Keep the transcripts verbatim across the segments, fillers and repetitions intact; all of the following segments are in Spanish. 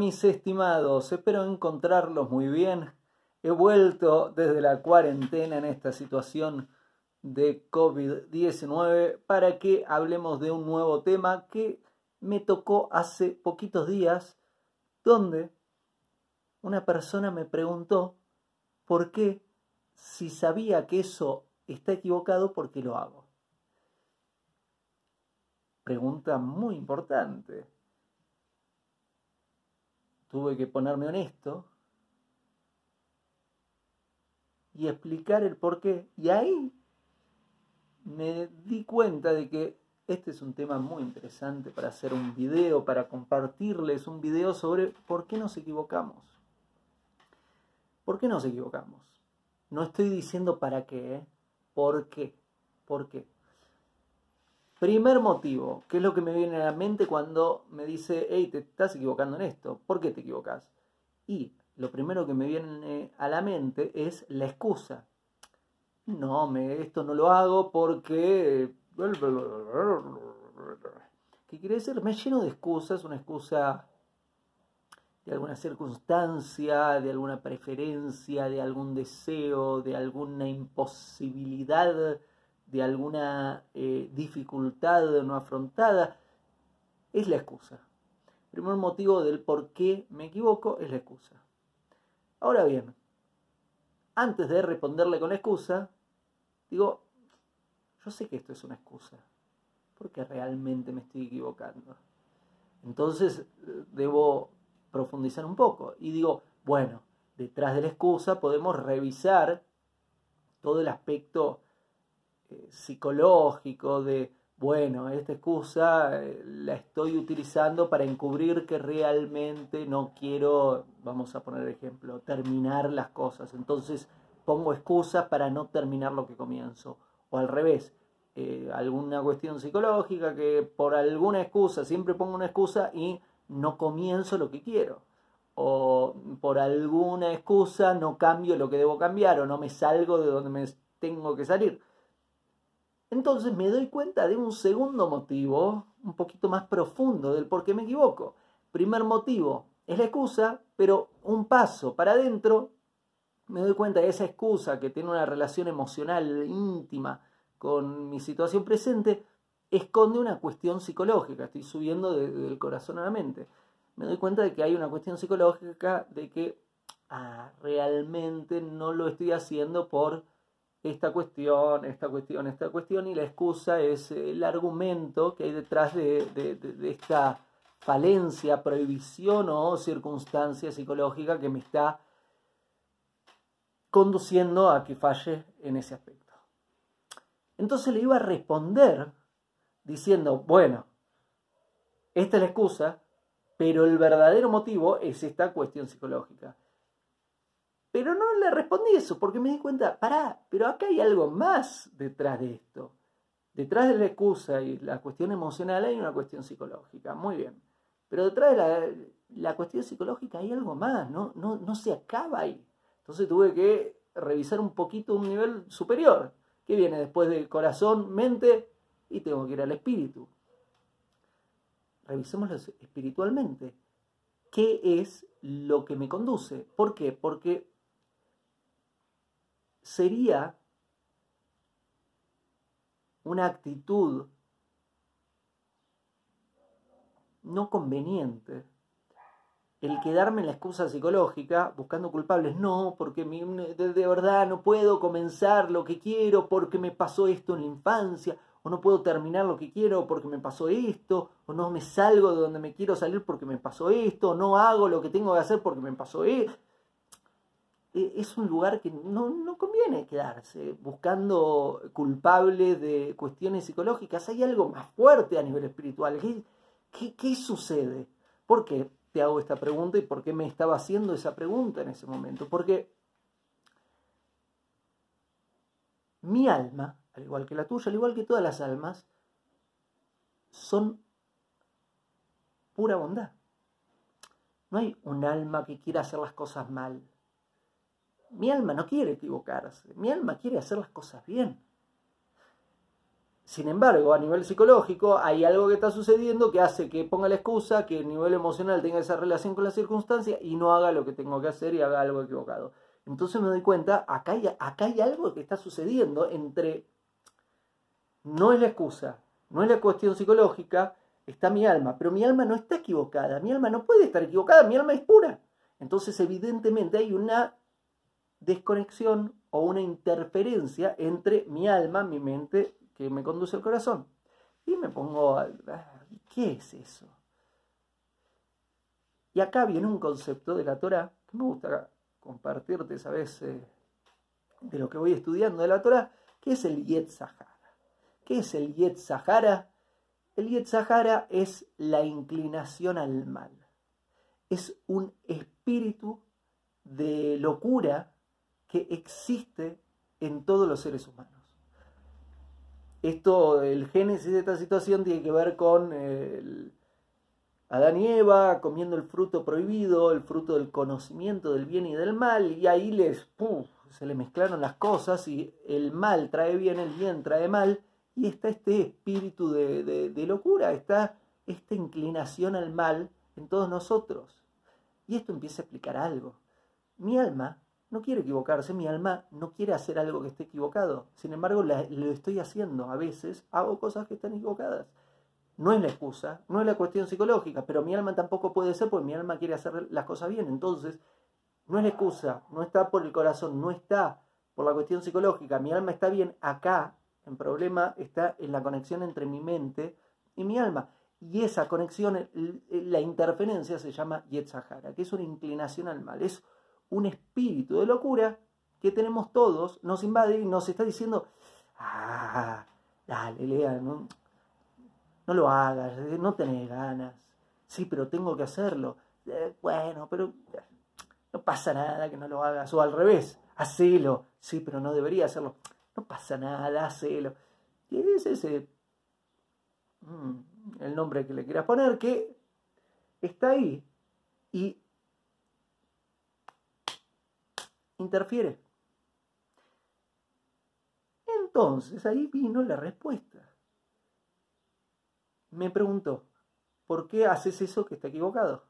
Mis estimados, espero encontrarlos muy bien. He vuelto desde la cuarentena en esta situación de COVID diecinueve para que hablemos de un nuevo tema que me tocó hace poquitos días, donde una persona me preguntó por qué, si sabía que eso está equivocado, ¿por qué lo hago? Pregunta muy importante. Tuve que ponerme honesto y explicar el por qué. Y ahí me di cuenta de que este es un tema muy interesante para hacer un video, para compartirles un video sobre por qué nos equivocamos. ¿Por qué nos equivocamos? No estoy diciendo para qué, ¿eh? ¿Por qué? ¿Por qué? Primer motivo, ¿qué es lo que me viene a la mente cuando me dice, hey, te estás equivocando en esto? ¿Por qué te equivocas? Y lo primero que me viene a la mente es la excusa. No, me, esto no lo hago porque... ¿Qué quiere decir? Me lleno de excusas, una excusa de alguna circunstancia, de alguna preferencia, de algún deseo, de alguna imposibilidad, de alguna eh, dificultad no afrontada. Es la excusa. El primer motivo del por qué me equivoco es la excusa. Ahora bien, antes de responderle con la excusa, digo, yo sé que esto es una excusa, porque realmente me estoy equivocando. Entonces debo profundizar un poco y digo, bueno, detrás de la excusa podemos revisar todo el aspecto eh, psicológico de, bueno, esta excusa eh, la estoy utilizando para encubrir que realmente no quiero, vamos a poner ejemplo, terminar las cosas. Entonces pongo excusas para no terminar lo que comienzo. O al revés, eh, alguna cuestión psicológica que por alguna excusa, siempre pongo una excusa y no comienzo lo que quiero. O por alguna excusa no cambio lo que debo cambiar o no me salgo de donde me tengo que salir. Entonces me doy cuenta de un segundo motivo, un poquito más profundo del por qué me equivoco. Primer motivo es la excusa, pero un paso para adentro me doy cuenta de esa excusa que tiene una relación emocional íntima con mi situación presente, esconde una cuestión psicológica. Estoy subiendo de, del corazón a la mente. Me doy cuenta de que hay una cuestión psicológica de que ah, realmente no lo estoy haciendo por esta cuestión, esta cuestión, esta cuestión, y la excusa es el argumento que hay detrás de, de, de, de esta falencia, prohibición o circunstancia psicológica que me está conduciendo a que falle en ese aspecto. Entonces le iba a responder diciendo, bueno, esta es la excusa, pero el verdadero motivo es esta cuestión psicológica. Pero no le respondí eso, porque me di cuenta, pará, pero acá hay algo más detrás de esto. Detrás de la excusa y la cuestión emocional hay una cuestión psicológica, muy bien. Pero detrás de la, la cuestión psicológica hay algo más, no, no, no se acaba ahí. Entonces tuve que revisar un poquito un nivel superior, que viene después del corazón, mente, y tengo que ir al espíritu. Revisémoslo espiritualmente. ¿Qué es lo que me conduce? ¿Por qué? Porque sería una actitud no conveniente el quedarme en la excusa psicológica buscando culpables. No, porque mi, de, de verdad no puedo comenzar lo que quiero porque me pasó esto en la infancia, o no puedo terminar lo que quiero porque me pasó esto, o no me salgo de donde me quiero salir porque me pasó esto, o no hago lo que tengo que hacer porque me pasó esto. Es un lugar que no, no conviene quedarse buscando culpables de cuestiones psicológicas. Hay algo más fuerte a nivel espiritual. ¿Qué, qué, qué sucede? ¿Por qué te hago esta pregunta y por qué me estaba haciendo esa pregunta en ese momento? Porque mi alma, al igual que la tuya, al igual que todas las almas, son pura bondad. No hay un alma que quiera hacer las cosas mal. Mi alma no quiere equivocarse, mi alma quiere hacer las cosas bien. Sin embargo, a nivel psicológico hay algo que está sucediendo que hace que ponga la excusa, que a nivel emocional tenga esa relación con la circunstancia y no haga lo que tengo que hacer y haga algo equivocado. Entonces me doy cuenta, acá hay, acá hay algo que está sucediendo entre... No es la excusa, no es la cuestión psicológica, está mi alma, pero mi alma no está equivocada, mi alma no puede estar equivocada, mi alma es pura. Entonces evidentemente hay una desconexión o una interferencia entre mi alma, mi mente, que me conduce al corazón. Y me pongo, a, ¿qué es eso? Y acá viene un concepto de la Torá, que me gusta compartirte, ¿sabes? Eh, de lo que voy estudiando de la Torá, que es el Yetzer Hara. ¿Qué es el Yetzer Hara? El Yetzer Hara es la inclinación al mal. Es un espíritu de locura que existe en todos los seres humanos. Esto, el génesis de esta situación tiene que ver con el Adán y Eva comiendo el fruto prohibido, el fruto del conocimiento del bien y del mal, y ahí les, ¡puf!, se le mezclaron las cosas y el mal trae bien, el bien trae mal, y está este espíritu de, de, de locura, está esta inclinación al mal en todos nosotros. Y esto empieza a explicar algo. Mi alma no quiere equivocarse, mi alma no quiere hacer algo que esté equivocado. Sin embargo, la, lo estoy haciendo. A veces hago cosas que están equivocadas. No es la excusa, no es la cuestión psicológica, pero mi alma tampoco puede ser porque mi alma quiere hacer las cosas bien. Entonces, no es la excusa, no está por el corazón, no está por la cuestión psicológica. Mi alma está bien acá, el problema está en la conexión entre mi mente y mi alma. Y esa conexión, la interferencia se llama Yetzer Hara, que es una inclinación al mal. Es un espíritu de locura que tenemos todos, nos invade y nos está diciendo, ah, dale, Lea, no, no lo hagas, no tenés ganas. Sí, pero tengo que hacerlo. Eh, bueno, pero no pasa nada que no lo hagas. O al revés, hacelo. Sí, pero no debería hacerlo. No pasa nada, hacelo. Y es ese, mmm, el nombre que le quieras poner, que está ahí y interfiere. Entonces ahí vino la respuesta. Me preguntó, ¿por qué haces eso que está equivocado?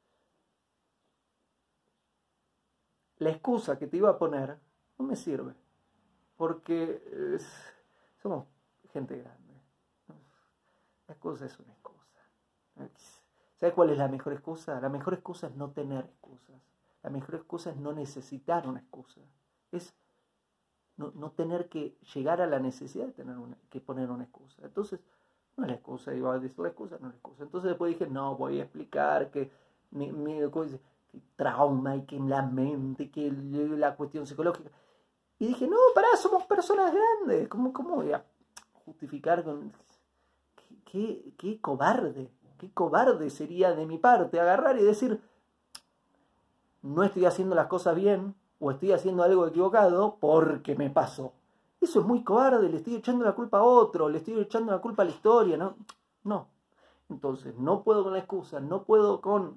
La excusa que te iba a poner no me sirve, porque es, somos gente grande. La excusa es una excusa. ¿Sabes cuál es la mejor excusa? La mejor excusa es no tener excusas. La mejor excusa es no necesitar una excusa. Es no, no tener que llegar a la necesidad de tener una, que poner una excusa. Entonces, no es la excusa, iba a decir la excusa, no es la excusa. Entonces después dije, no, voy a explicar que mi, mi que trauma y que la mente, que la cuestión psicológica. Y dije, no, pará, somos personas grandes. ¿Cómo, cómo voy a justificar con... Qué, qué, qué cobarde, qué cobarde sería de mi parte agarrar y decir, no estoy haciendo las cosas bien o estoy haciendo algo equivocado porque me pasó. Eso es muy cobarde, le estoy echando la culpa a otro, le estoy echando la culpa a la historia, ¿no? No. Entonces, no puedo con la excusa, no puedo con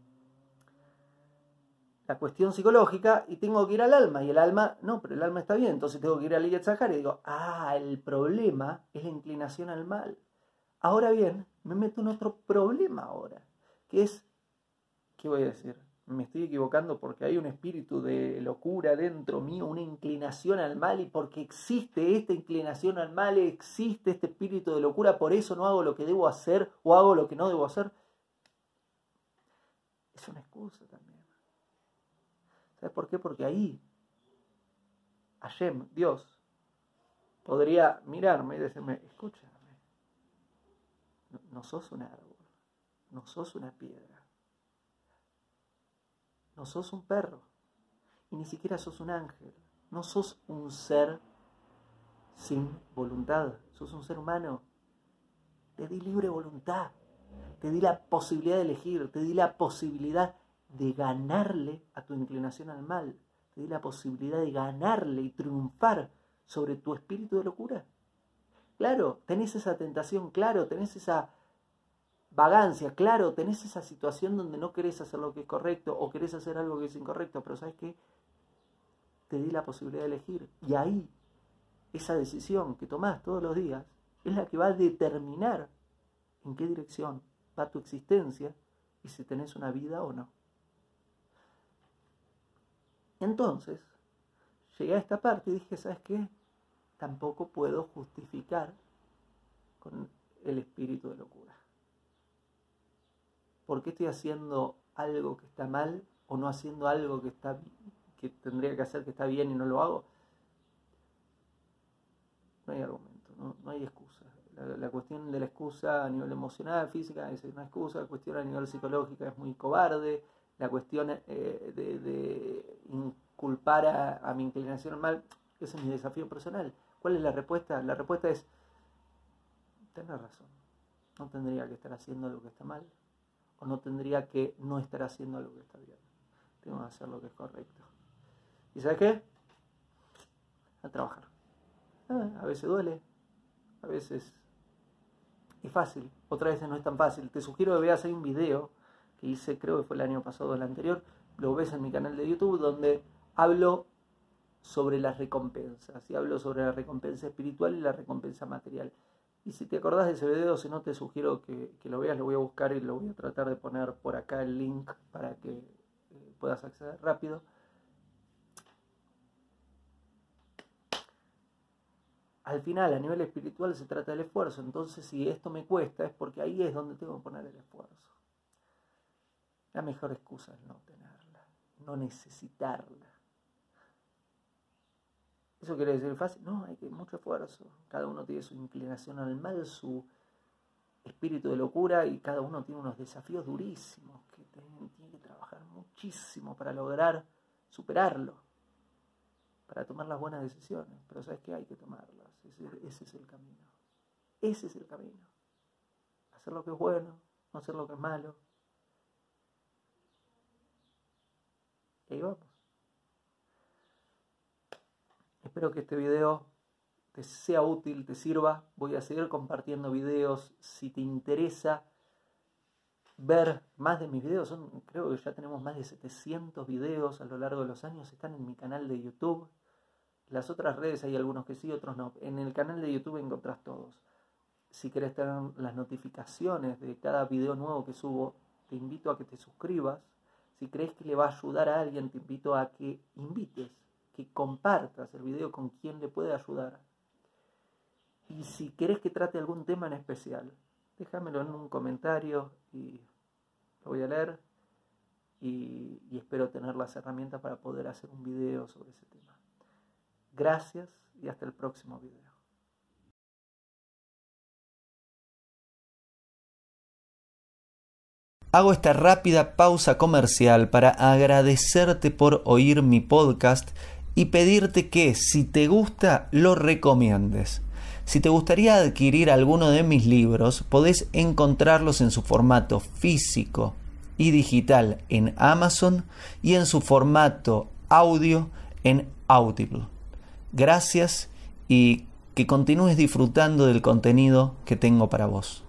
la cuestión psicológica y tengo que ir al alma. Y el alma, no, pero el alma está bien, entonces tengo que ir al Yetzer Hara y digo, ah, el problema es la inclinación al mal. Ahora bien, me meto en otro problema ahora, que es, ¿qué voy a decir? Me estoy equivocando porque hay un espíritu de locura dentro mío, una inclinación al mal, y porque existe esta inclinación al mal, existe este espíritu de locura, por eso no hago lo que debo hacer o hago lo que no debo hacer. Es una excusa también. ¿Sabes por qué? Porque ahí Hashem, Dios, podría mirarme y decirme, escúchame, no, no sos un árbol, no sos una piedra. No sos un perro, y ni siquiera sos un ángel. No sos un ser sin voluntad, sos un ser humano. Te di libre voluntad, te di la posibilidad de elegir, te di la posibilidad de ganarle a tu inclinación al mal, te di la posibilidad de ganarle y triunfar sobre tu espíritu de locura. Claro, tenés esa tentación, claro, tenés esa vagancia, claro, tenés esa situación donde no querés hacer lo que es correcto o querés hacer algo que es incorrecto, pero ¿sabes qué? Te di la posibilidad de elegir. Y ahí, esa decisión que tomás todos los días, es la que va a determinar en qué dirección va tu existencia y si tenés una vida o no. Entonces, llegué a esta parte y dije, ¿sabes qué? Tampoco puedo justificar con el espíritu de locura. ¿Por qué estoy haciendo algo que está mal o no haciendo algo que, está, que tendría que hacer que está bien y no lo hago? No hay argumento, no, no hay excusa. La, la cuestión de la excusa a nivel emocional, física, es una excusa. La cuestión a nivel psicológico es muy cobarde. La cuestión eh, de, de inculpar a, a mi inclinación al mal, ese es mi desafío personal. ¿Cuál es la respuesta? La respuesta es, tenés razón, no tendría que estar haciendo lo que está mal, o no tendría que no estar haciendo lo que está bien. Tengo que hacer lo que es correcto. ¿Y sabes qué? A trabajar. Ah, a veces duele, a veces es fácil, otras veces no es tan fácil. Te sugiero que veas, hay un video que hice, creo que fue el año pasado o el anterior, lo ves en mi canal de YouTube, donde hablo sobre las recompensas, y hablo sobre la recompensa espiritual y la recompensa material. Y si te acordás de ese video, si no, te sugiero que, que lo veas, lo voy a buscar y lo voy a tratar de poner por acá el link para que eh, puedas acceder rápido. Al final, a nivel espiritual, se trata del esfuerzo. Entonces, si esto me cuesta, es porque ahí es donde tengo que poner el esfuerzo. La mejor excusa es no tenerla, no necesitarla. ¿Eso quiere decir fácil? No, hay que mucho esfuerzo. Cada uno tiene su inclinación al mal, su espíritu de locura, y cada uno tiene unos desafíos durísimos que tiene, tiene que trabajar muchísimo para lograr superarlo, para tomar las buenas decisiones. Pero ¿sabes qué? Hay que tomarlas. Ese, ese es el camino. Ese es el camino. Hacer lo que es bueno, no hacer lo que es malo. Y ahí vamos. Espero que este video te sea útil, te sirva. Voy a seguir compartiendo videos. Si te interesa ver más de mis videos, son, creo que ya tenemos más de setecientos videos a lo largo de los años. Están en mi canal de YouTube. Las otras redes hay algunos que sí, otros no. En el canal de YouTube encontrás todos. Si querés tener las notificaciones de cada video nuevo que subo, te invito a que te suscribas. Si crees que le va a ayudar a alguien, te invito a que invites, que compartas el video con quien le puede ayudar. Y si querés que trate algún tema en especial, déjamelo en un comentario y lo voy a leer. Y, y espero tener las herramientas para poder hacer un video sobre ese tema. Gracias y hasta el próximo video. Hago esta rápida pausa comercial para agradecerte por oír mi podcast y pedirte que, si te gusta, lo recomiendes. Si te gustaría adquirir alguno de mis libros, podés encontrarlos en su formato físico y digital en Amazon y en su formato audio en Audible. Gracias y que continúes disfrutando del contenido que tengo para vos.